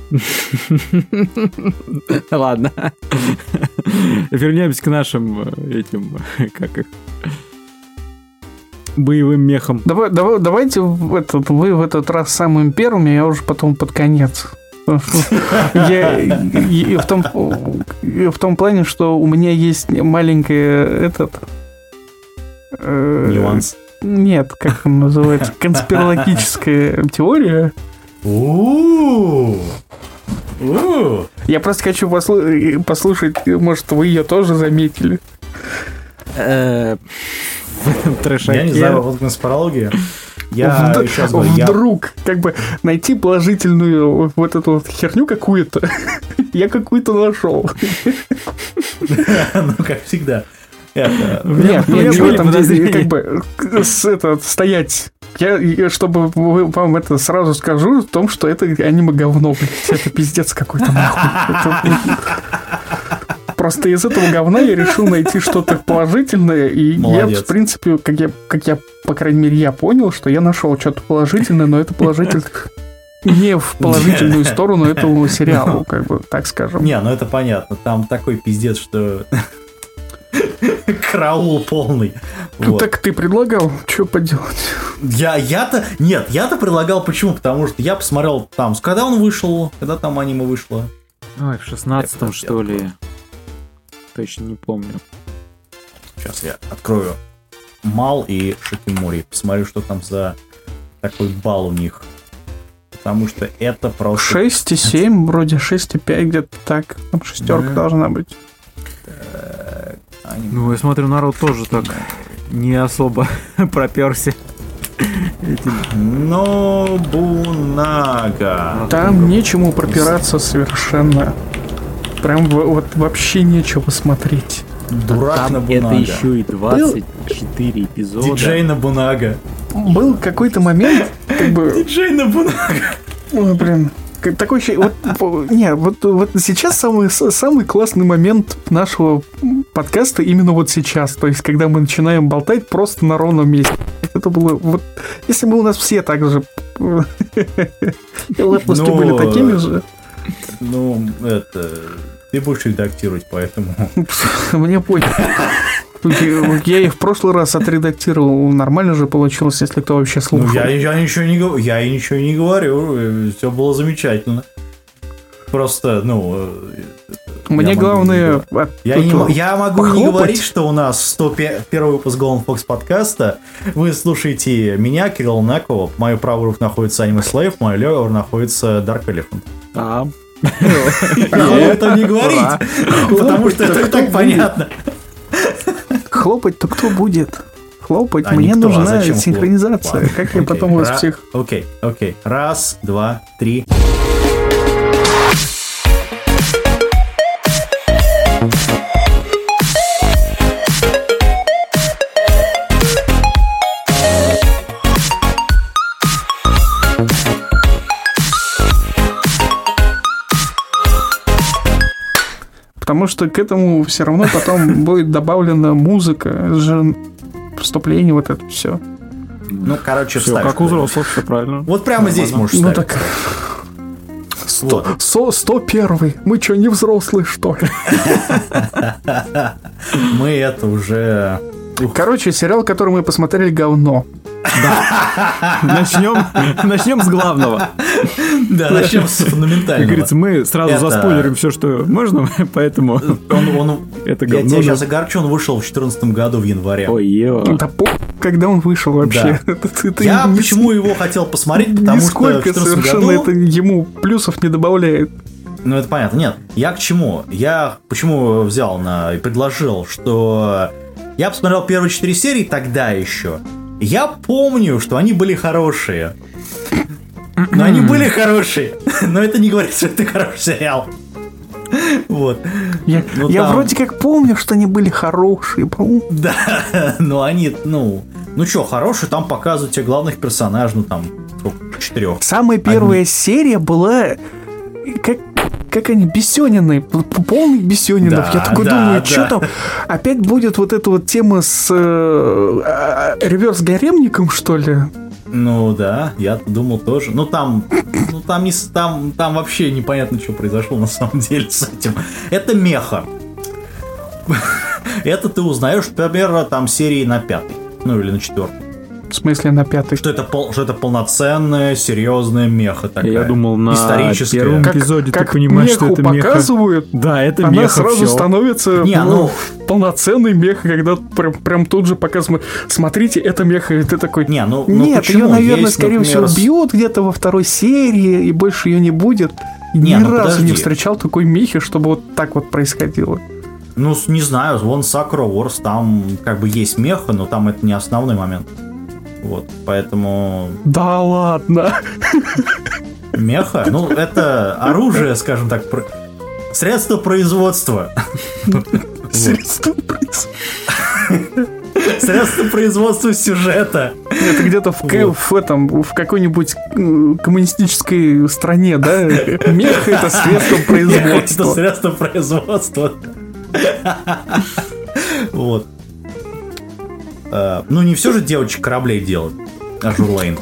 Ладно. Вернемся к нашим этим, как их, боевым мехам. Давайте вы в этот раз самым первым, я уже потом под конец. В том плане, что у меня есть маленькая нюанс. Нет, как он называется? Конспирологическая теория. Я просто хочу послушать, может, вы ее тоже заметили. В этом трешаке. Я не знаю, вот конспирология. Вдруг, как бы, найти положительную вот эту вот херню какую-то. Я какую-то нашел. Ну, как всегда. Нет, в этом деле, как бы, стоять. Я, чтобы вам это сразу скажу, в том, что это аниме-говно, блядь. Это пиздец какой-то, нахуй. Просто из этого говна я решил найти что-то положительное, и молодец. Я, в принципе, как я, по крайней мере, я понял, что я нашел что-то положительное, но это положительное не в положительную сторону этого сериала, как бы, так скажем. Не, ну это понятно, там такой пиздец, что... Караул полный. Вот. Так ты предлагал, что поделать? Я-то предлагал, почему? Потому что я посмотрел там, когда он вышел, когда там аниме вышло. Ой, в 16-м, что ли. Точно не помню. Сейчас я открою Мал и Шикимори. Посмотрю, что там за такой балл у них. Потому что это просто... 6,7, вроде 6,5, где-то так. Там шестерка должна быть. Ну, я смотрю, народ тоже так не особо проперся. Нобунага. Там нечему пропираться совершенно. Прям вот вообще нечего смотреть. Дурак Нобунага. Это еще и 24 эпизода. Диджей Нобунага. Был какой-то момент, как бы... Диджей Нобунага. Ой, блин. Такой вот сейчас самый классный момент нашего подкаста именно вот сейчас. То есть, когда мы начинаем болтать просто на ровном месте. Это было вот... Если бы у нас все так же... Лэплоски были такими же... Ну, это... Ты будешь редактировать, поэтому... Мне понял. Я их в прошлый раз отредактировал. Нормально же получилось, если кто вообще слушал. Ну, я ничего не говорю. Все было замечательно. Просто, мне главное... Я могу не говорить, что у нас 101 выпуск Golden Fox подкаста. Вы слушаете меня, Кирилла Накова. Мою правую руку находится Anime Slave, мою левую находится Dark Elephant. Это не говорить, потому что это так понятно. Хлопать-то кто будет? Хлопать? Мне нужна синхронизация. Как я потом вас всех... Окей. Раз, два, три. Потому что к этому все равно потом будет добавлена музыка, вступление, вот это все. Ну, короче, все как у взрослых, все правильно. Вот прямо здесь можешь ставить. Ну так... 101. Мы что, не взрослые, что ли? Мы это уже... Короче, сериал, который мы посмотрели, говно. Да. Начнем с главного. Да, начнем с фундаментального. Как говорится, мы сразу заспойлерим все, что можно, поэтому это говно. Я тебя сейчас огорчу, он вышел в 2014 году в январе. Ой-ё. Да когда он вышел вообще? Я почему его хотел посмотреть, потому что в 2014 году... это ему плюсов не добавляет. Ну, это понятно. Нет, я к чему? Я почему взял и предложил, что... Я посмотрел первые 4 серии тогда еще. Я помню, что они были хорошие. Но они были хорошие. Но это не говорит, что это хороший сериал. Вот. Я вроде как помню, что они были хорошие. Да, но они, ну что, хорошие, там показывают тебе главных персонажей, там, 4. Самая первая серия была... Как они, Бесёнины, полный Бесёнинов. Я такой думаю, что там, опять будет вот эта вот тема с реверс-гаремником, что ли? Ну да, я думал тоже. Там вообще непонятно, что произошло на самом деле с этим. Это меха. Это ты узнаешь, примерно, там серии на 5-й. Ну или на 4-й. В смысле на 5-й? Что это полноценная, серьезная меха такая. Я думал, на историческая. первом эпизоде как ты понимаешь, что это меха. показывают, Да, это она меха, сразу всё. становится полноценной меха, когда прям тут же показывают, смотрите, это меха, и ты такой... Нет, ее, наверное, скорее всего, убьют где-то во 2-й серии, и больше ее не будет. Ни разу не встречал такой мехи, чтобы вот так вот происходило. Ну, не знаю, вон Sakura Wars, там как бы есть меха, но там это не основной момент. Вот, поэтому... Да ладно. Меха? Ну, это оружие, скажем так, средство производства. Средство производства. Средство производства сюжета. Это где-то в какой-нибудь коммунистической стране, да? Меха — это средство производства. Это средство производства. Вот. Ну, не все же девочек кораблей делают. Ажур Лейн.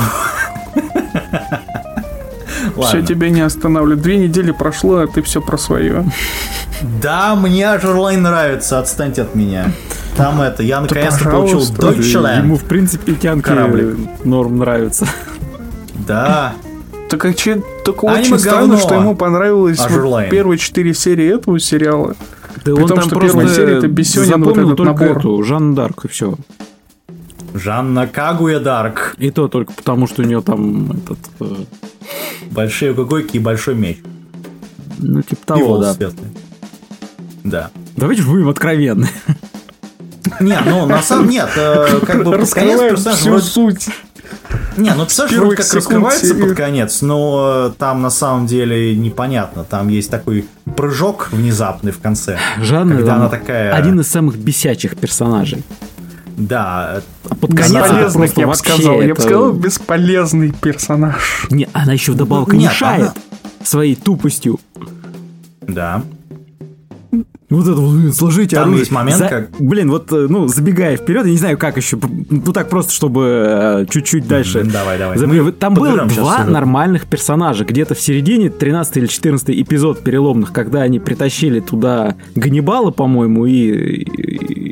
Все тебя не останавливает. 2 недели прошло, а ты все про свое. Да, мне Ажур Лейн нравится, отстаньте от меня. Там я наконец-то получил Deutschland. Ему, в принципе, тянки норм нравится. Да. Только очень странно, что ему понравилось первые 4 серии этого сериала. Да при он том, там что просто первая серия это Бессёнин, вот этот только набор. эту Жанну Дарк, и все. Жанна Кагуя Дарк. И то только потому, что у нее там большие гогойки и большой меч. Ну, типа того, да. Светлый. Да. Давайте же будем откровенны. Не, на самом нет, как бы под конец персонаж всю суть. Не, персонаж вроде как раскрывается под конец, но там на самом деле непонятно. Там есть такой прыжок внезапный в конце. Жанна, когда она такая... один из самых бесячих персонажей. Да. А под конец бесполезный, я бы сказал. Я бы сказал, бесполезный персонаж. Не, она еще вдобавок мешает своей тупостью. Да. Вот это вот, сложите там оружие. Есть момент, как... Блин, вот, забегая вперед, я не знаю, как еще, ну так просто, чтобы чуть-чуть дальше. Давай. Там было 2 нормальных персонажа. Где-то в середине, 13 или 14 эпизод переломных, когда они притащили туда Ганнибала, по-моему, и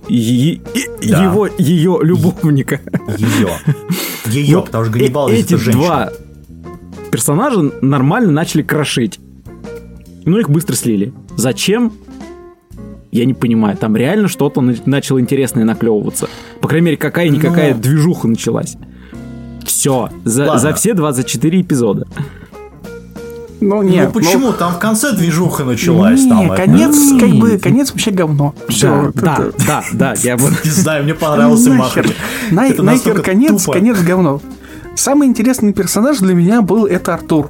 ее любовника. Ее, потому что Ганнибал это эти женщина. 2 персонажа нормально начали крошить. Ну, их быстро слили. Зачем? Я не понимаю. Там реально что-то начало интересное наклевываться. По крайней мере, какая-никакая движуха началась. Все. За все 24 эпизода. Почему? Там в конце движуха началась. Конец вообще говно. Все. Да. Я не знаю, мне понравился Махач. Нахер конец говно. Самый интересный персонаж для меня был это Артур.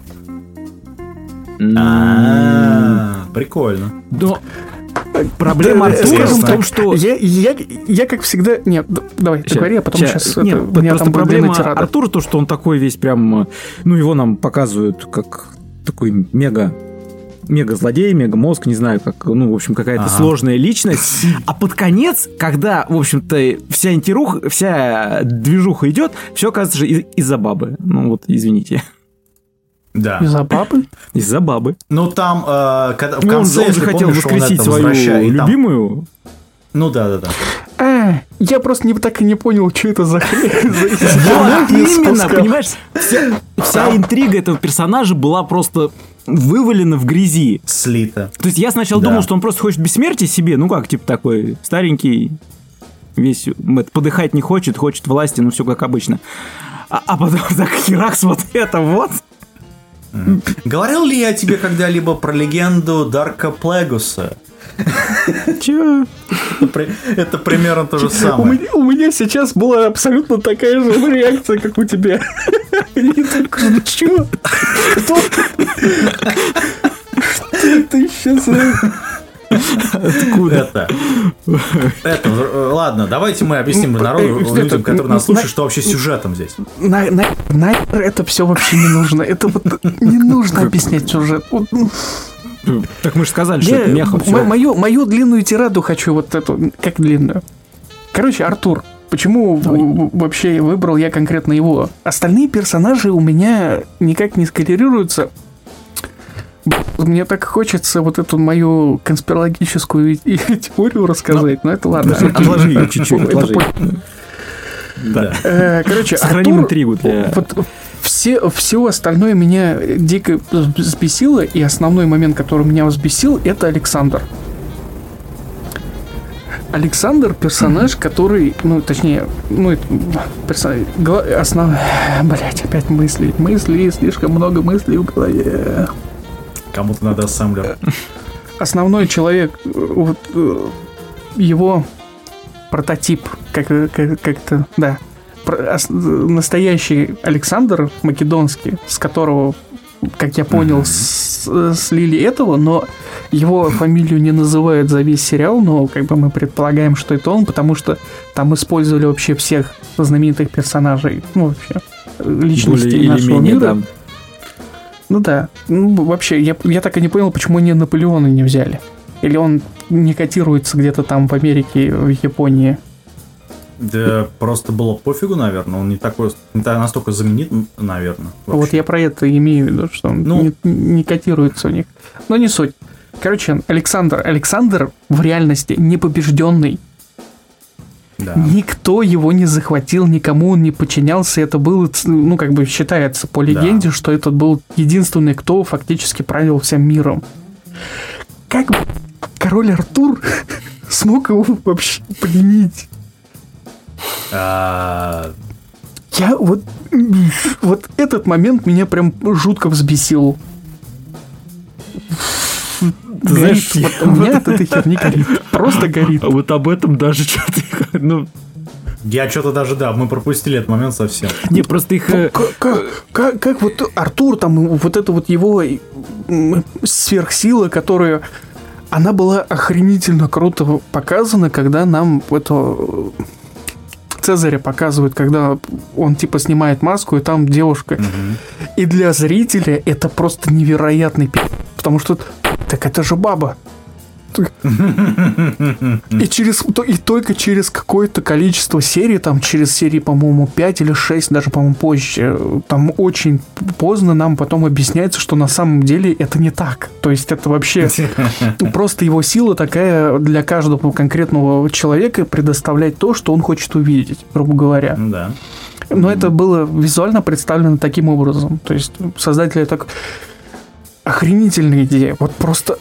Прикольно. Но проблема Артура в том, что... Я как всегда... Нет, давай, ты говори, а потом сейчас... Нет, просто проблема Артура то, что он такой весь прям... Ну, его нам показывают как такой мега-злодей, мега-мозг, не знаю, как... Ну, в общем, какая-то сложная личность. А под конец, когда, в общем-то, вся движуха идет, все оказывается же из-за бабы. Ну, вот, извините. Да. Из-за бабы? Из-за бабы. Ну, там, когда в конце, он же хотел воскресить свою любимую. Ну, да. Я просто так и не понял, что это за хрень. Именно, понимаешь, вся интрига этого персонажа была просто вывалена в грязи. Слита. То есть я сначала думал, что он просто хочет бессмертия себе, ну как, типа такой старенький, весь подыхать не хочет власти, ну все как обычно. А потом так херакс вот это вот. Говорил ли я тебе когда-либо про легенду Дарка Плегуса? Чё? Это примерно то же самое. У меня сейчас была абсолютно такая же реакция, как у тебя. Чё? Кто? Что это сейчас? Откуда? Ладно, давайте мы объясним народу, людям, которые нас слушают, что вообще с сюжетом здесь. Нахер это все вообще не нужно. Это вот не нужно объяснять сюжет. Так мы же сказали, что это меха. Мою длинную тираду хочу вот эту. Как длинную? Короче, Артур. Почему вообще выбрал я конкретно его? Остальные персонажи у меня никак не скоррелируются. Мне так хочется вот эту мою конспирологическую теорию рассказать, но это ладно. Отложи ее чуть-чуть, отложи. Короче, сохраним интригу для... Все остальное меня дико взбесило, и основной момент, который меня взбесил, это Александр. Александр персонаж, который, Блять, опять мысли, слишком много мыслей в голове. Кому-то надо ассемблер. Основной человек, вот его прототип, как-то, да. Настоящий Александр Македонский, с которого, как я понял, слили этого, но его фамилию не называют за весь сериал, но как бы мы предполагаем, что это он, потому что там использовали вообще всех знаменитых персонажей, вообще личностей нашего мира. Да. Ну да, вообще, я так и не понял, почему они Наполеона не взяли. Или он не котируется где-то там в Америке, в Японии. Да просто было пофигу, наверное. Он не настолько знаменит, наверное. Вообще. Вот я про это имею в виду, что он не котируется у них. Но не суть. Короче, Александр в реальности непобежденный. Да. Никто его не захватил, никому он не подчинялся. Это было, считается по легенде, что это был единственный, кто фактически правил всем миром. Как король Артур смог его вообще пленить? Я вот этот момент меня прям жутко взбесил. Ты знаешь, у меня от этой херни горит. Просто горит. А вот об этом даже что-то... Я что-то даже, мы пропустили этот момент совсем. Не, просто их... Как вот Артур, там, вот это вот его сверхсила, которая... Она была охренительно круто показана, когда нам это... Цезаря показывают, когда он типа снимает маску, и там девушка. И для зрителя это просто невероятный потому что так это же баба. И только через какое-то количество серий, там через серии, по-моему, 5 или 6, даже, по-моему, позже, там очень поздно нам потом объясняется, что на самом деле это не так. То есть это вообще просто его сила такая для каждого конкретного человека предоставлять то, что он хочет увидеть, грубо говоря. Да. Но это было визуально представлено таким образом. То есть создатели так... Охренительная идея. Вот просто...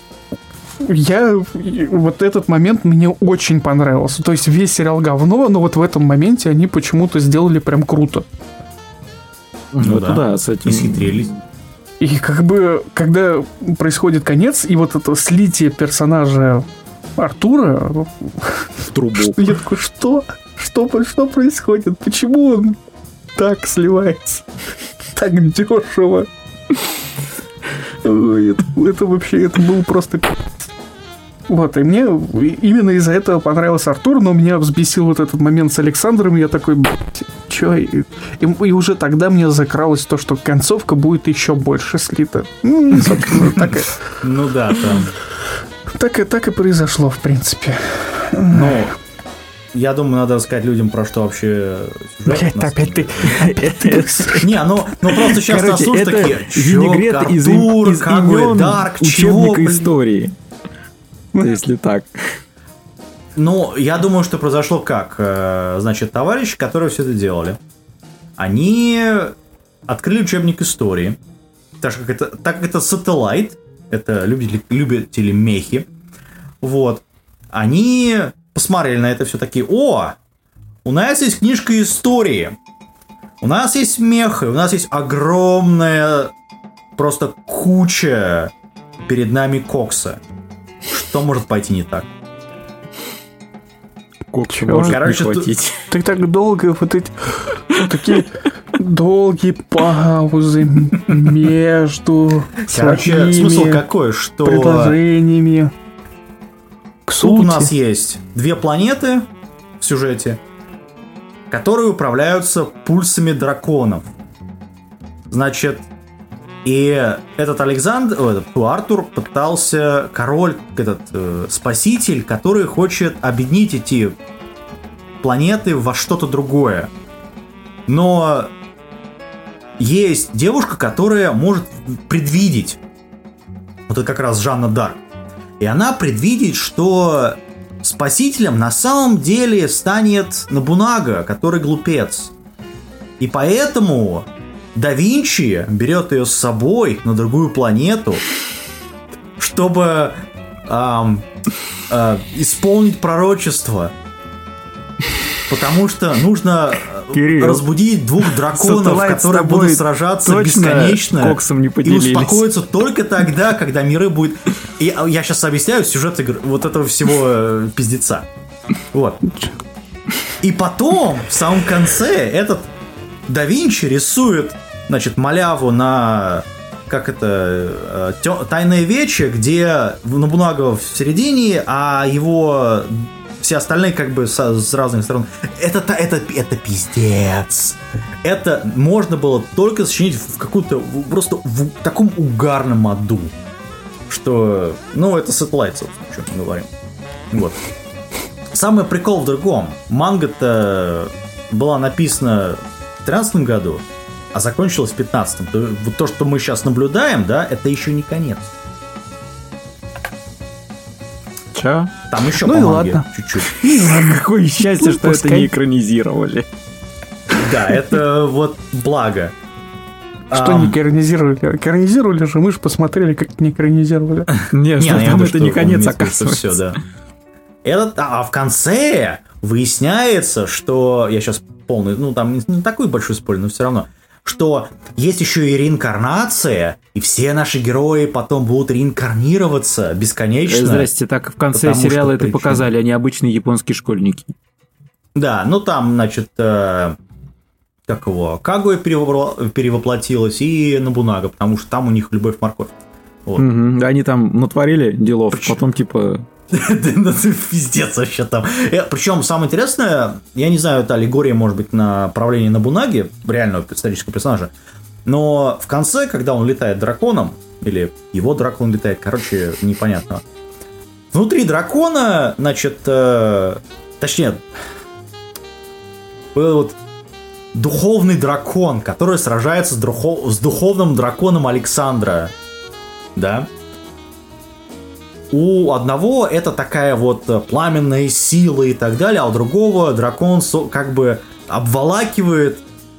Вот этот момент мне очень понравился. То есть весь сериал говно, но вот в этом моменте они почему-то сделали прям круто. Да, с этим... Исхитрились. И как бы, когда происходит конец, и вот это слитие персонажа Артура... В трубу. Я такой, что? Что происходит? Почему он так сливается? Так дешево. Это вообще, это было просто... Вот, и мне именно из-за этого понравился Артур, но меня взбесил вот этот момент с Александром, и я такой, чё? И уже тогда мне закралось то, что концовка будет еще больше слита. Собственно, так и... Ну да, там... Так и произошло, в принципе. Ну, я думаю, надо рассказать людям, про что вообще сюжет. Блять, опять ты. Не, ну просто сейчас нас слушают такие, винегрет из имен учебника истории. Если так. Ну, я думаю, что произошло как. Значит, товарищи, которые все это делали, они открыли учебник истории. Так как это Satellite, это любители мехи. Вот. Они посмотрели на это все такие: о, у нас есть книжка истории, у нас есть меха, у нас есть огромная просто куча перед нами кокса. Что может пойти не так? Кокса может не хватить. Ты так долго вот эти такие долгие паузы между Короче, смысл какой, что предложениями. Тут у нас есть две планеты в сюжете, которые управляются пульсами драконов. Значит, и этот Артур пытался, король, спаситель, который хочет объединить эти планеты во что-то другое. Но есть девушка, которая может предвидеть. Вот это как раз Жанна Дарк. И она предвидит, что спасителем на самом деле станет Нобунага, который глупец. И поэтому да Винчи берет ее с собой на другую планету, чтобы исполнить пророчество. Потому что нужно разбудить двух драконов, которые будут сражаться бесконечно и успокоиться только тогда, когда миры будет... И я сейчас объясняю сюжет вот этого всего пиздеца. Вот. И потом, в самом конце, этот да Винчи рисует, значит, маляву на... Как это? Тайное вече, где Нобунага в середине, а его... Все остальные как бы с разных сторон. Это пиздец. Это можно было только сочинить в какую-то просто в таком угарном аду. Что... Ну, это Satellite, собственно, что мы говорим. Вот. Самый прикол в другом. Манга-то была написана в 2013 году, а закончилась в 2015. Вот то, что мы сейчас наблюдаем, да, это еще не конец. Чё? Там еще ну по и манге ладно. чуть-чуть. Какое счастье, что это не экранизировали. Да, это вот благо. Что не экранизировали? Экранизировали же, мы же посмотрели, как не экранизировали. Нет, там это не конец, оказывается. Все, да. А в конце выясняется, что... Я сейчас полный... Ну, там не такой большой спойлер, но все равно. Что есть еще и реинкарнация, и все наши герои потом будут реинкарнироваться бесконечно. Здрасте, так в конце сериала это показали, они обычные японские школьники. Да, ну там, значит, как его, Кагуя перевоплотилась и Нобунага, потому что там у них любовь-морковь. Вот. Угу, они там натворили делов, потом типа... Пиздец вообще там. Причем самое интересное, я не знаю, это аллегория, может быть, на правление Нобунаги, реального исторического персонажа, но в конце, когда он летает драконом, или его дракон летает, короче, непонятно. Внутри дракона, значит, точнее, вот духовный дракон, который сражается с духовным драконом Александра, да. У одного это такая вот пламенная сила и так далее, а у другого дракон как бы обволакивает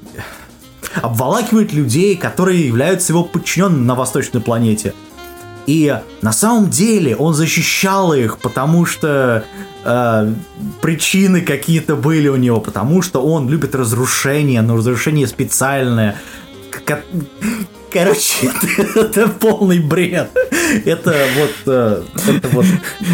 людей, которые являются его подчиненными на восточной планете. И на самом деле он защищал их, потому что причины какие-то были у него, потому что он любит разрушение, но разрушение специальное. Короче, это полный бред. Это вот...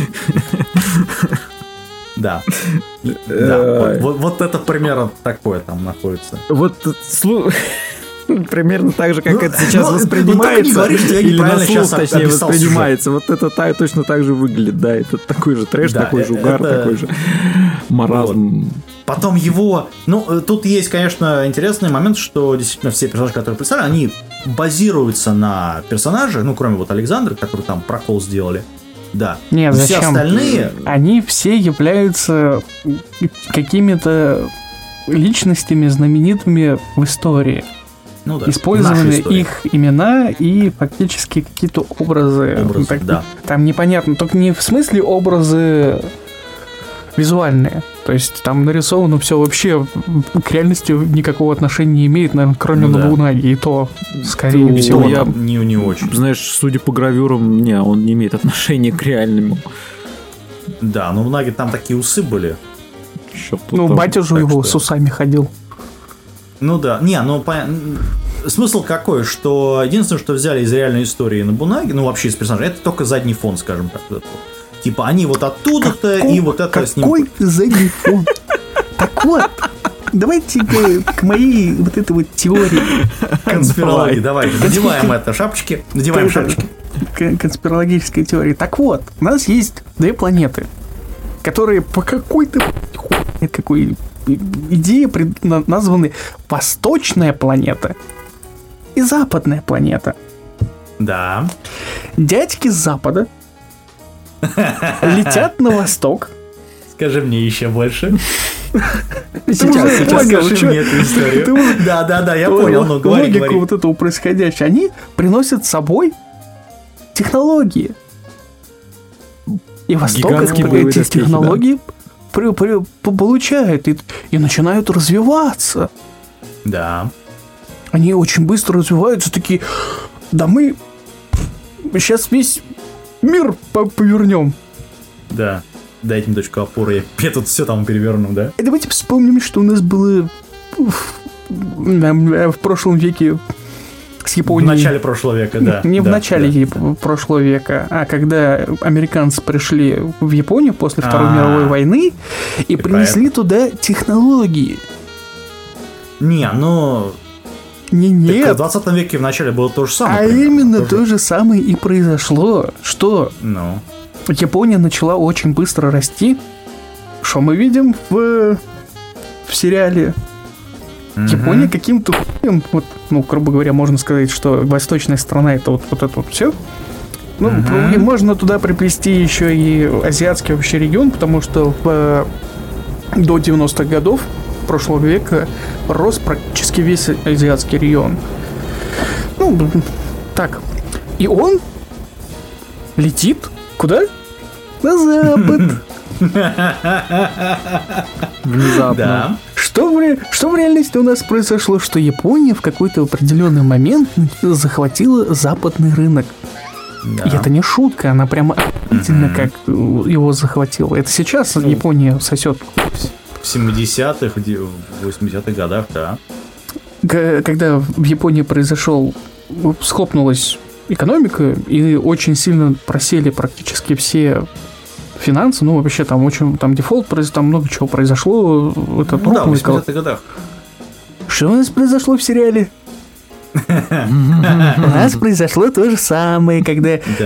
Да. Вот это примерно такое там находится. Вот примерно так же, как это сейчас воспринимается. Или на слух, точнее, воспринимается. Вот это точно так же выглядит, да. Это такой же трэш, такой же угар, такой же маразм. Потом его... Ну, тут есть, конечно, интересный момент, что действительно все персонажи, которые представлены, они базируются на персонаже, ну, кроме вот Александра, который там прокол сделали. Да. Нет, все остальные... Они все являются какими-то личностями знаменитыми в истории. Ну да, использованы их имена и фактически какие-то образы. Да. Там непонятно, только не в смысле образы визуальные. То есть там нарисовано все вообще к реальности никакого отношения не имеет, наверное, кроме Нобунаги. И то, скорее всего, я не очень. Знаешь, судя по гравюрам, он не имеет отношения к реальному. Да, но у Наги там такие усы были. Батя же его с усами ходил. Ну да, смысл какой, что единственное, что взяли из реальной истории Нобунаги, ну вообще из персонажа, это только задний фон, скажем так. Типа они вот оттуда-то и вот это с ним. Какой задний фон? Так вот, давайте к моей вот этой вот теории. Конспирологии, давайте, надеваем это, шапочки, надеваем шапочки. Конспирологической теории. Так вот, у нас есть две планеты, которые по какой-то какой идее названы Восточная планета и Западная планета. Да. Дядьки с Запада летят на восток. Скажи мне еще больше. Сейчас расскажи мне эту историю. Да, я понял, но говори. Логику вот этого происходящего. Они приносят с собой технологии. И Восток эти технологии получают и начинают развиваться. Да. Они очень быстро развиваются, такие, да мы сейчас весь мир повернем. Да, дайте мне точку опоры, я тут все там переверну, да? И давайте вспомним, что у нас было в прошлом веке с Японией. В начале прошлого века, да. Не в начале прошлого века, а когда американцы пришли в Японию после Второй мировой войны и принесли туда технологии. Нет. Нет. В 20 веке в начале было то же самое. А именно то же самое и произошло, что Япония начала очень быстро расти. Что мы видим в сериале? Япония каким-то вот, грубо говоря, можно сказать, что восточная страна это вот это вот все. И можно туда приплести еще и азиатский вообще регион, потому что до 90-х годов прошлого века рос практически весь азиатский регион. Так. И он летит куда? На запад. Внезапно. Да. Что в реальности у нас произошло? Что Япония в какой-то определенный момент захватила западный рынок. Да. И это не шутка, она прямо охуительно как его захватила. Это сейчас Япония сосет. В 70-х, в 80-х годах, да. Когда в Японии схлопнулась экономика, и очень сильно просели практически все финансы, вообще там дефолт, там много чего произошло. В 80-х годах. Что у нас произошло в сериале? У нас произошло то же самое, когда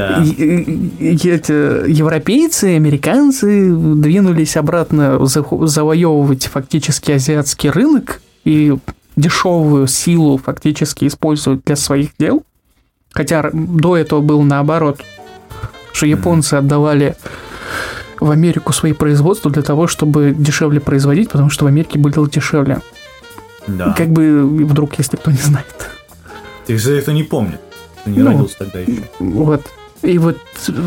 европейцы, американцы двинулись обратно завоевывать фактически азиатский рынок и дешевую силу фактически использовать для своих дел. Хотя до этого было наоборот, что японцы отдавали в Америку свои производства для того, чтобы дешевле производить, потому что в Америке было дешевле. Да. Как бы вдруг, если кто не знает. Ты же это не помнит. Ты не родился тогда еще. Вот. И вот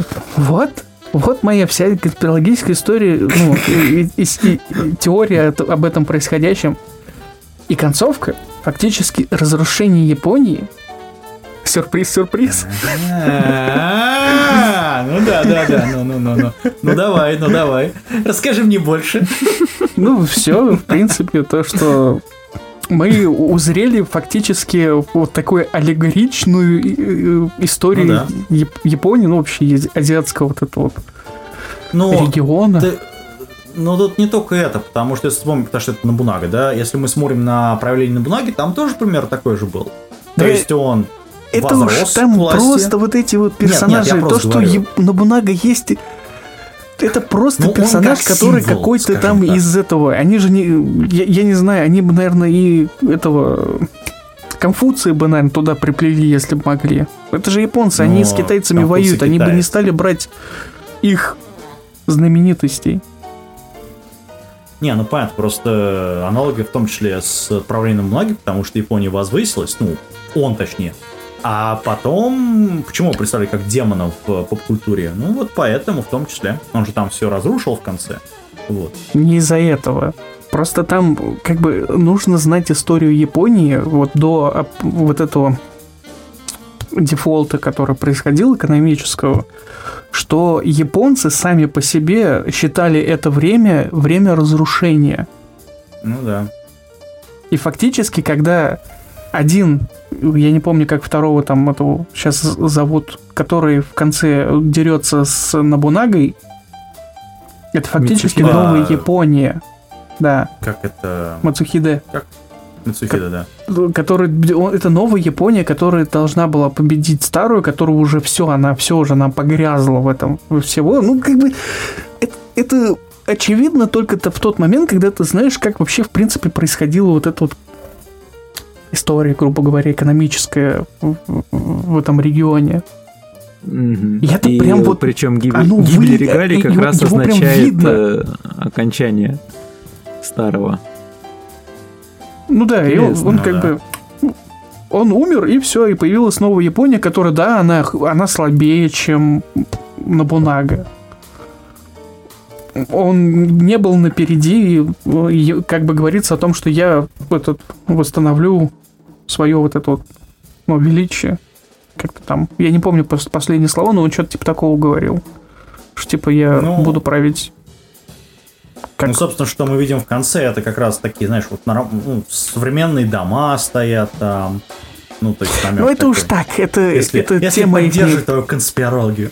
моя вся конспирологическая история, и теория об этом происходящем. И концовка, фактически разрушение Японии. Сюрприз. Ну да. Ну давай. Расскажи мне больше. Все, в принципе, то, что мы узрели фактически вот такую аллегоричную историю Японии, вообще азиатского вот этого региона. Тут не только это, потому что если вспомним, потому что это Нобунага, да, если мы смотрим на правление Нобунаги, там тоже пример такой же был. То есть он это уж там просто вот эти вот персонажи, что Нобунага есть... Это просто персонаж, который символ, какой-то там так. Из этого. Они же не... Я не знаю, они бы, наверное, и этого... Конфуция бы, наверное, туда приплели, если бы могли. Это же японцы, они с китайцами воюют. Они бы не стали брать их знаменитостей. Понятно, просто аналоги в том числе с правлением Нобунаги, потому что Япония возвысилась, он точнее. А потом, почему представили как демонов в поп-культуре? Поэтому в том числе. Он же там все разрушил в конце. Вот. Не из-за этого. Просто там как бы нужно знать историю Японии вот до вот этого дефолта, который происходил, экономического, что японцы сами по себе считали это время разрушения. Да. И фактически, когда один, я не помню, как второго там этого сейчас зовут, который в конце дерется с Нобунагой, это фактически новая Япония. Да. Как это? Мацухиде. Мацухиде, да. Это новая Япония, которая должна была победить старую, которая уже она погрязла в этом всего. Это очевидно только в тот момент, когда ты знаешь, как вообще в принципе происходило вот это вот история, грубо говоря, экономическая в этом регионе. И это прям вот... Причем гибель регалий как раз означает окончание. старого. Ну да, и он как бы... Он умер, и все, и появилась новая Япония, которая, да, она слабее, чем Нобунага. Он не был напереди, и как бы говорится о том, что я восстановлю свое вот это вот, величие. Как-то там, я не помню последние слова, но он что-то типа такого говорил. Что типа я буду править. Ну, собственно, что мы видим в конце, это как раз такие, знаешь, вот современные дома стоят там. Ну, то есть намек. Ну, это такой. Уж так, это если тема поддерживает твою конспирологию.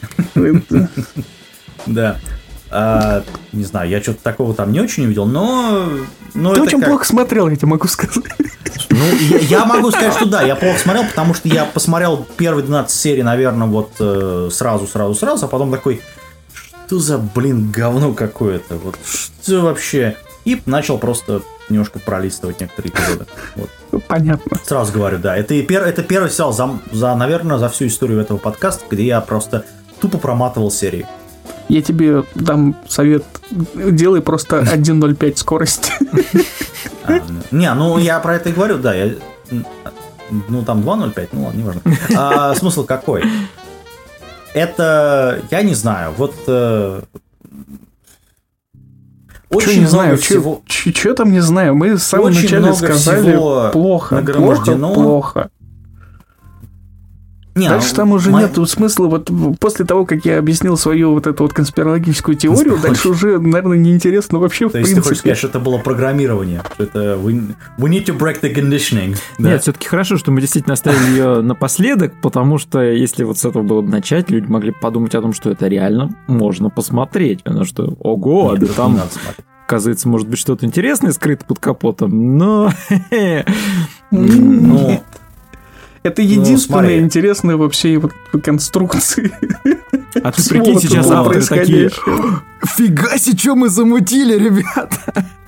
Да. Не знаю, я что-то такого там не очень увидел, но ты очень плохо смотрел, я тебе могу сказать. Ну, я могу сказать, что да, я плохо смотрел, потому что я посмотрел первые 12 серий, наверное, вот сразу, а потом такой, что за, говно какое-то, вот что вообще? И начал просто немножко пролистывать некоторые эпизоды. Вот. Понятно. Сразу говорю, да, это первый сериал наверное, за всю историю этого подкаста, где я просто тупо проматывал серии. Я тебе дам совет, делай просто 1.05 скорость. Не, ну я про это и говорю, да. Ну там 2.05, ну ладно, неважно. Смысл какой? Это, я не знаю, вот... Очень не знаю, всего... Чё там не знаю, мы с самого начала сказали плохо. Не, дальше там уже нету смысла, вот после того, как я объяснил свою вот эту вот конспирологическую теорию, дальше уже, наверное, неинтересно вообще в принципе. То есть ты хочешь сказать, что это было программирование, что это we need to break the conditioning. Да? Нет, все-таки хорошо, что мы действительно оставили ее напоследок, потому что если вот с этого было бы начать, люди могли подумать о том, что это реально можно посмотреть, потому что, ого, да там... Оказывается, может быть, что-то интересное скрыто под капотом, но... Это единственное интересное во всей вот конструкции. А ты прикинь, сейчас авторы такие, фига себе, что мы замутили, ребята.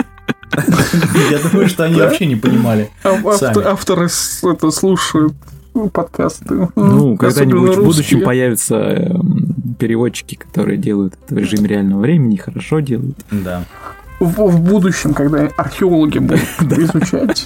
Я думаю, что они вообще не понимали. Авторы слушают подкасты. Ну, когда-нибудь в будущем появятся переводчики, которые делают это в режиме реального времени, хорошо делают. Да. В будущем, когда археологи будут изучать.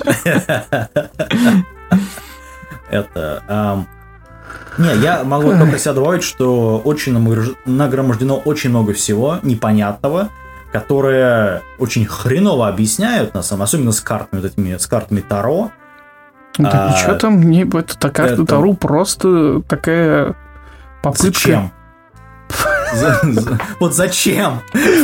Не, я могу только себя добавить, что очень нагромождено очень много всего непонятного, которое очень хреново объясняют, особенно с картами, вот этими, с картами Таро. Да ничего там не... Это карта Таро просто такая попытка... Зачем? Вот зачем?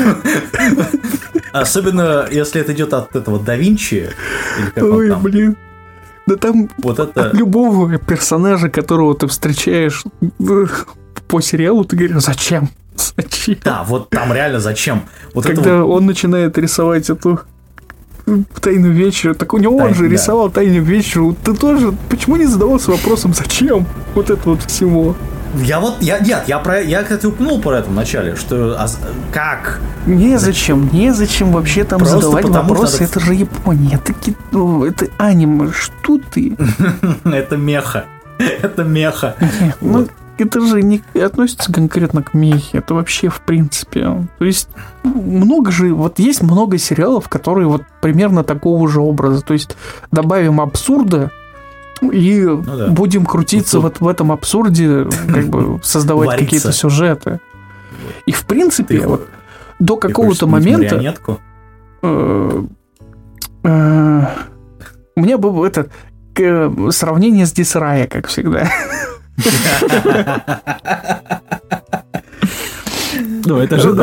Особенно, если это идет от этого да Винчи. Ой, блин. Да там вот это... от любого персонажа, которого ты встречаешь по сериалу, ты говоришь, зачем? Зачем? Да, вот там реально зачем? Вот когда он начинает рисовать эту Тайну вечера, так у него он же рисовал Тайну вечера. Ты тоже почему не задавался вопросом, зачем вот это вот всего? Я, кстати, упомянул про это в начале, что как? Незачем вообще там просто задавать вопросы, это же Япония, это кино, это аниме, что ты? Это меха. Ну, это же не относится конкретно к мехе, это вообще в принципе. То есть есть много сериалов, которые вот примерно такого же образа, то есть добавим абсурда, и будем крутиться вот в этом абсурде, как бы создавать какие-то сюжеты. И в принципе, вот до какого-то момента у меня было это сравнение с Дисрая, как всегда. Ну, это же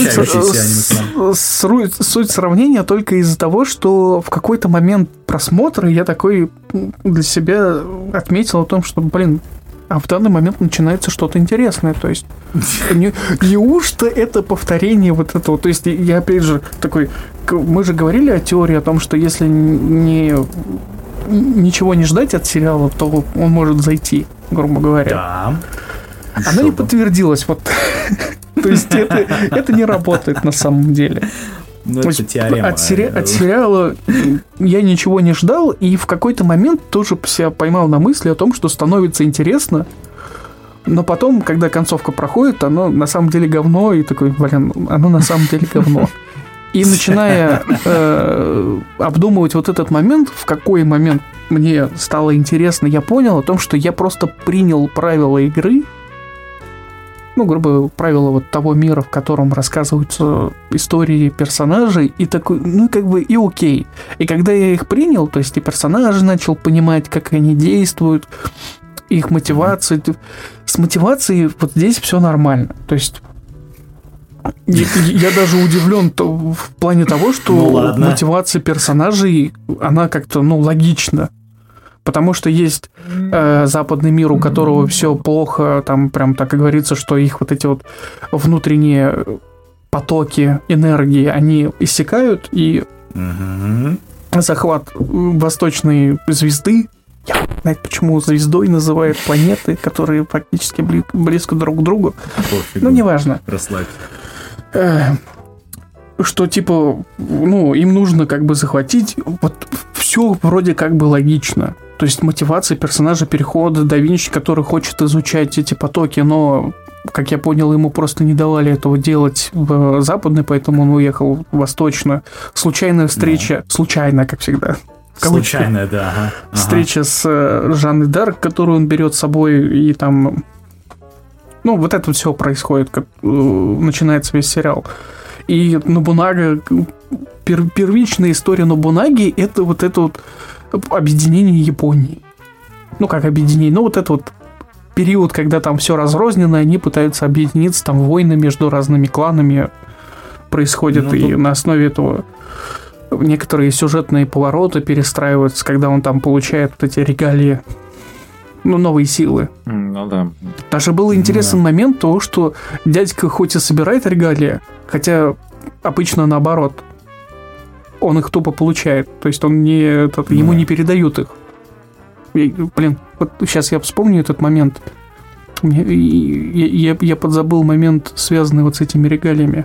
суть сравнения только из-за того, что в какой-то момент просмотра я такой для себя отметил о том, что, а в данный момент начинается что-то интересное. То есть, неужто это повторение вот этого? То есть, я опять же такой... Мы же говорили о теории о том, что если ничего не ждать от сериала, то он может зайти, грубо говоря. Да. Она не подтвердилась, вот. То есть это не работает на самом деле. Ну, это теорема. От сериала я ничего не ждал, и в какой-то момент тоже себя поймал на мысли о том, что становится интересно, но потом, когда концовка проходит, оно на самом деле говно, и такой, оно на самом деле говно. И начиная обдумывать вот этот момент, в какой момент мне стало интересно, я понял о том, что я просто принял правила игры, ну, грубо говоря, правила вот того мира, в котором рассказываются истории персонажей, и такой, ну, как бы и окей. И когда я их принял, то есть и персонажи начал понимать, как они действуют, их мотивация. С мотивацией вот здесь все нормально. То есть я даже удивлен в плане того, что мотивация персонажей, она как-то, ну, логична. Потому что есть западный мир, у которого все плохо, там прям так и говорится, что их вот эти вот внутренние потоки энергии, они иссякают, и захват восточной звезды, я не знаю, почему звездой называют планеты, которые фактически близко друг к другу, ну, неважно. Расслабься. Что, типа, ну, им нужно как бы захватить, вот все вроде как бы логично. То есть мотивация персонажа перехода да Винчи, который хочет изучать эти потоки, но, как я понял, ему просто не давали этого делать в западной, поэтому он уехал в восточную. Случайная встреча, случайно, как всегда. Случайная, да. Ага. Встреча с Жанной Дарк, которую он берет с собой, и там... Ну, вот это все происходит, как начинается весь сериал. И Нобунага, первичная история Нобунаги, это вот это вот объединение Японии. Ну, как объединение? Ну, вот это вот период, когда там все разрознено, они пытаются объединиться, там войны между разными кланами происходят, и на основе этого некоторые сюжетные повороты перестраиваются, когда он там получает вот эти регалии, ну, новые силы. Ну да. Даже был интересный момент того, что дядька хоть и собирает регалии, хотя обычно наоборот, он их тупо получает. То есть он не, ему не передают их. Блин, вот сейчас я вспомню этот момент. Я подзабыл момент, связанный вот с этими регалиями.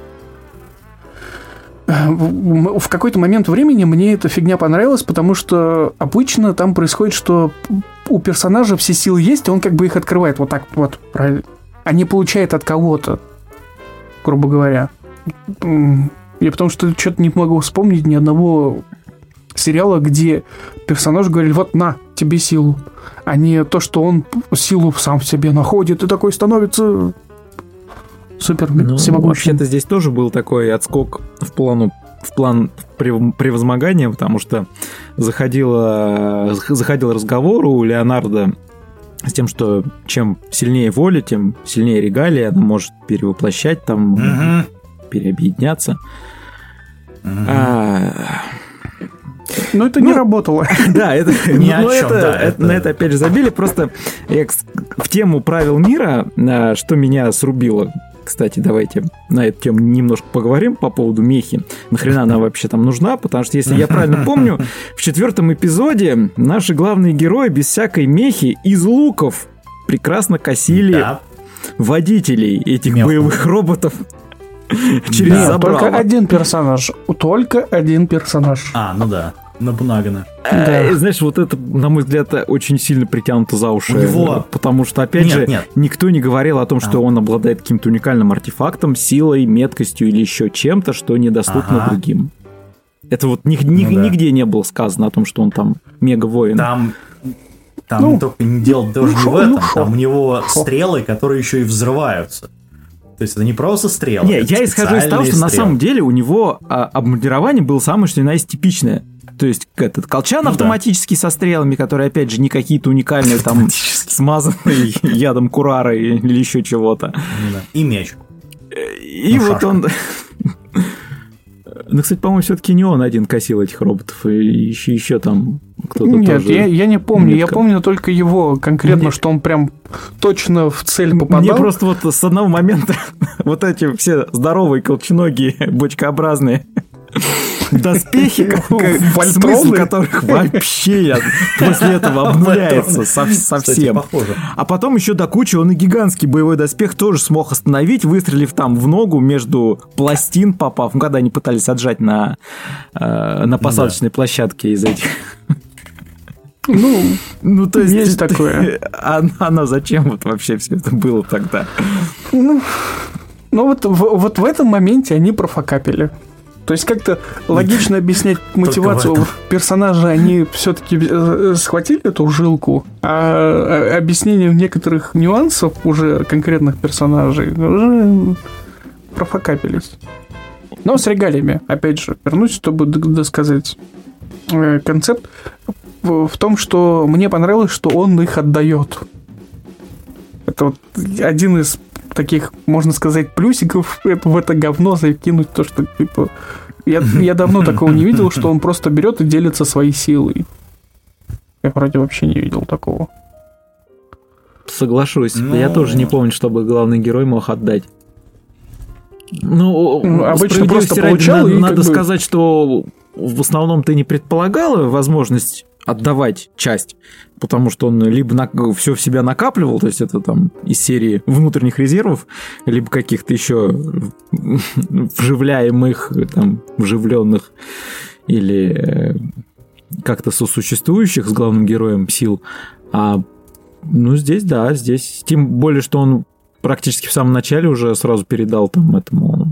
В какой-то момент времени мне эта фигня понравилась, потому что обычно там происходит, что у персонажа все силы есть, и он как бы их открывает вот так вот, правильно, а не получает от кого-то, грубо говоря. Я потому что что-то не могу вспомнить ни одного сериала, где персонаж говорит: вот на, тебе силу, а не то, что он силу сам в себе находит и такой становится супер всемогущим. Вообще-то здесь тоже был такой отскок в план превозмогания, потому что заходил разговор у Леонардо с тем, что чем сильнее воля, тем сильнее регалия, она может перевоплощать, там, переобъединяться. Но это не работало. Да, это на это опять же забили. Просто в тему правил мира, что меня срубило. Кстати, давайте на эту тему немножко поговорим по поводу мехи. Нахрена она вообще там нужна? Потому что, если я правильно помню, в 4-м эпизоде наши главные герои без всякой мехи из луков прекрасно косили водителей этих боевых роботов через забрало. Только один персонаж. Ну да. Нобунагана. Знаешь, вот это, на мой взгляд, очень сильно притянуто за уши. Потому что, опять же, никто не говорил о том, что он обладает каким-то уникальным артефактом, силой, меткостью или еще чем-то, что недоступно другим. Это вот нигде не было сказано о том, что он там мега-воин. Там только дело даже не в этом. Там у него стрелы, которые еще и взрываются. То есть это не просто стрелы. Не, я исхожу из того, что на самом деле у него обмундирование было самое что ни на есть типичное. То есть этот колчан автоматический со стрелами, которые, опять же, не какие-то уникальные, там, смазанные ядом курары или еще чего-то. И меч. И вот он... Ну, кстати, по-моему, все-таки не он один косил этих роботов, и еще там кто-то Нет, тоже... я не помню. Я помню только его конкретно, что он прям точно в цель попадал. Мне просто вот с одного момента вот эти все здоровые, колченогие, бочкообразные доспехи, смысл которых вообще после этого обнуляется совсем. А потом еще до кучи он и гигантский боевой доспех тоже смог остановить, выстрелив там в ногу между пластин, попав, когда они пытались отжать на посадочной площадке из этих... Ну, то есть такое. Она зачем вот вообще все это было тогда? Ну, вот в этом моменте они профокапили. То То есть как-то логично объяснять мотивацию персонажа, они все-таки схватили эту жилку, а объяснение некоторых нюансов уже конкретных персонажей уже профокапились. Но с регалиями, опять же, вернусь, чтобы досказать концепт в том, что мне понравилось, что он их отдает. Это вот один из таких, можно сказать, плюсиков в это говно закинуть то, что типа я давно такого не видел, что он просто берет и делится своей силой. Я вроде вообще не видел такого. Соглашусь. Я тоже не помню, чтобы главный герой мог отдать. Обычно просто получал. Надо сказать, что в основном ты не предполагала возможность отдавать часть, потому что он либо все в себя накапливал, то есть это там из серии внутренних резервов, либо каких-то еще вживляемых, там, вживленных или как-то сосуществующих с главным героем сил. Здесь, да, здесь, тем более, что он практически в самом начале уже сразу передал там этому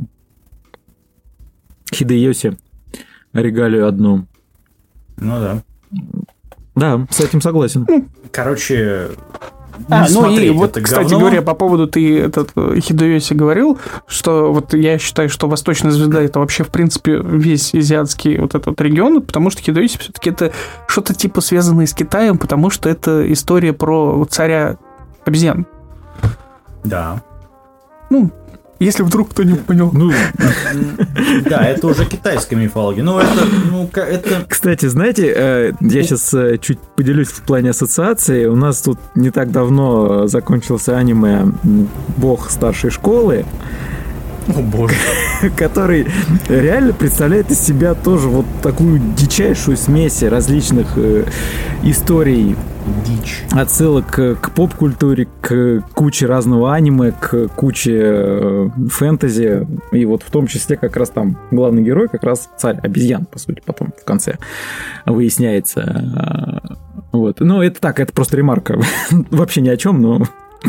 Хидеёси регалию одну. Ну да. Да, с этим согласен. Короче, и вот, кстати говоря, по поводу ты этот Хидеёси говорил, что вот я считаю, что Восточная звезда это вообще, в принципе, весь азиатский вот этот регион, потому что Хидеёси все-таки это что-то типа связанное с Китаем, потому что это история про царя обезьян. Да. Если вдруг кто не понял. Да, это уже китайская мифология. Это... Кстати, знаете, я сейчас чуть поделюсь в плане ассоциации. У нас тут не так давно закончился аниме «Бог старшей школы». О, боже. Который реально представляет из себя тоже вот такую дичайшую смесь различных историй. Дичь. Отсылок к поп-культуре, к куче разного аниме, к куче фэнтези. И вот в том числе как раз там главный герой, как раз царь обезьян, по сути, потом в конце выясняется. Вот. Это так, это просто ремарка. Вообще ни о чем, но...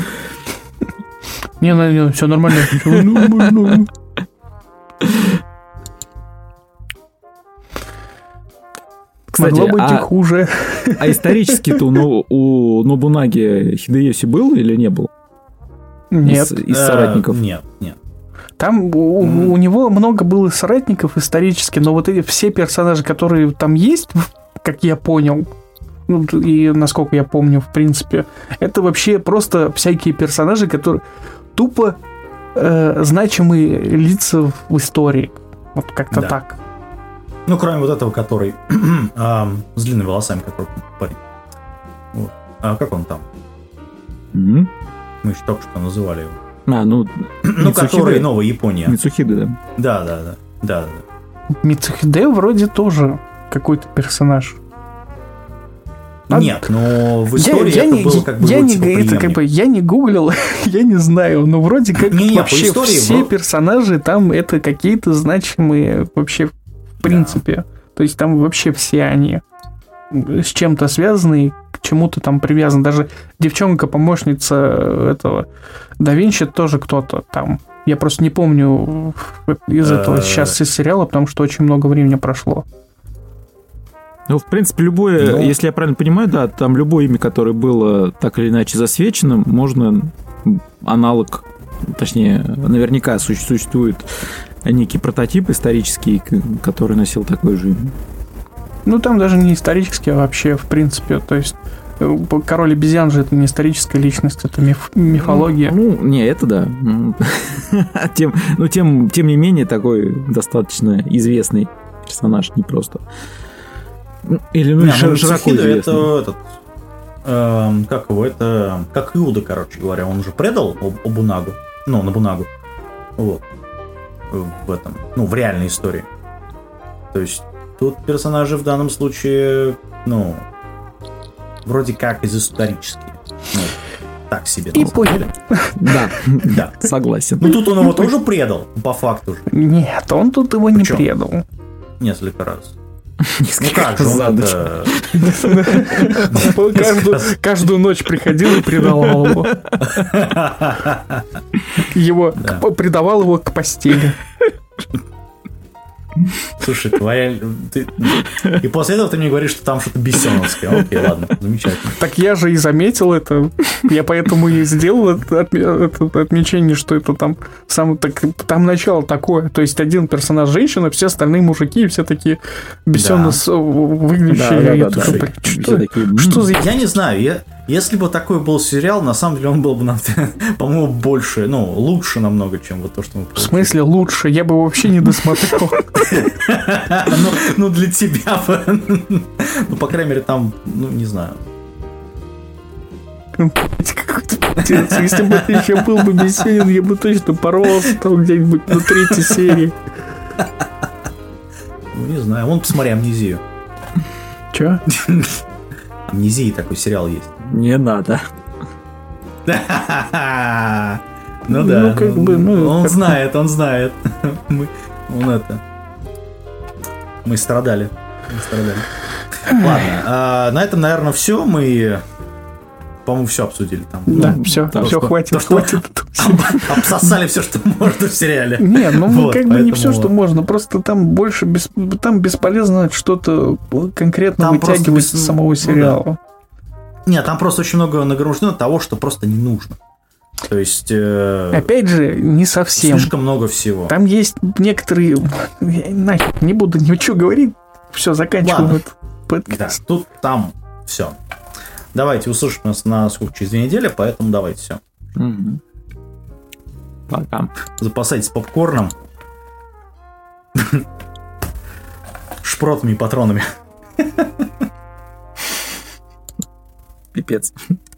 Не, все нормально. Кстати, могло быть и хуже. А исторически-то у Нобунаги Хидеёси был или не был? Нет. Из соратников? Нет. Там у него много было соратников исторически, но вот эти все персонажи, которые там есть, как я понял, и насколько я помню, в принципе, это вообще просто всякие персонажи, которые тупо значимые лица в истории. Вот как-то так. Кроме вот этого, который с длинными волосами, который парень. Вот. А как он там? Мы еще только что называли его. Который Новая Япония. Мицухиде, да. Да. Мицухиде вроде тоже какой-то персонаж. Нет, но в истории это было как бы... Я не гуглил, я не знаю, но вроде как вообще все персонажи там это какие-то значимые вообще в принципе. Да. То есть там вообще все они с чем-то связаны, к чему-то там привязаны. Даже девчонка-помощница этого Да Винчи тоже кто-то там. Я просто не помню из этого сейчас из сериала, потому что очень много времени прошло. В принципе, любое, если я правильно понимаю, да, там любое имя, которое было так или иначе засвечено, можно аналог, точнее, наверняка существует некий прототип исторический, который носил такое же имя. Там даже не исторический, а вообще, в принципе, то есть король обезьян же это не историческая личность, это мифология. Не, это да. Тем не менее, такой достаточно известный персонаж, не просто. Или широко известный. Это как Иуда, короче говоря, он же предал Нобунагу. Нобунагу. Вот. В этом, в реальной истории. То есть тут персонажи в данном случае, вроде как из исторических. Так себе. И поняли. Да, согласен. Тут он его тоже предал, по факту же. Нет, он тут его не предал. Несколько раз. Как же он Каждую ночь приходил и предавал его. Предавал его к постели. Слушай, И после этого ты мне говоришь, что там что-то бессеновское. Окей, ладно, замечательно. Так я же и заметил это. Я поэтому и сделал это отмечение, что это там там начало такое. То есть один персонаж женщина, все остальные мужики, и все такие бессенно выглядящие. Что за... Я не знаю, если бы такой был сериал, на самом деле он был бы, по-моему, больше, лучше намного, чем вот то, что мы получили. В смысле лучше? Я бы вообще не досмотрел. Для тебя бы. По крайней мере, там, не знаю. Если бы это еще был бы Бесенин, я бы точно порвался там где-нибудь на 3-й серии. Не знаю, вон посмотри «Амнезию». Че? «Амнезия» такой сериал есть. Не надо. Ну да. Он знает. Мы страдали. Ладно, на этом, наверное, все. Мы, по-моему, все обсудили там. Да, все, хватит. Обсосали все, что можно в сериале. Не, не все, что можно. Просто там там бесполезно что-то конкретно вытягивать из самого сериала. Нет, там просто очень много нагромождено того, что просто не нужно. То есть... Опять же, не совсем. Слишком много всего. Там есть некоторые... Нахер, не буду ничего говорить. Все, заканчиваем этот подкаст. Да, тут, там, все. Давайте, услышим нас через 2 недели, поэтому давайте, все. Пока. Запасайтесь попкорном. Шпротами и патронами. Пипец.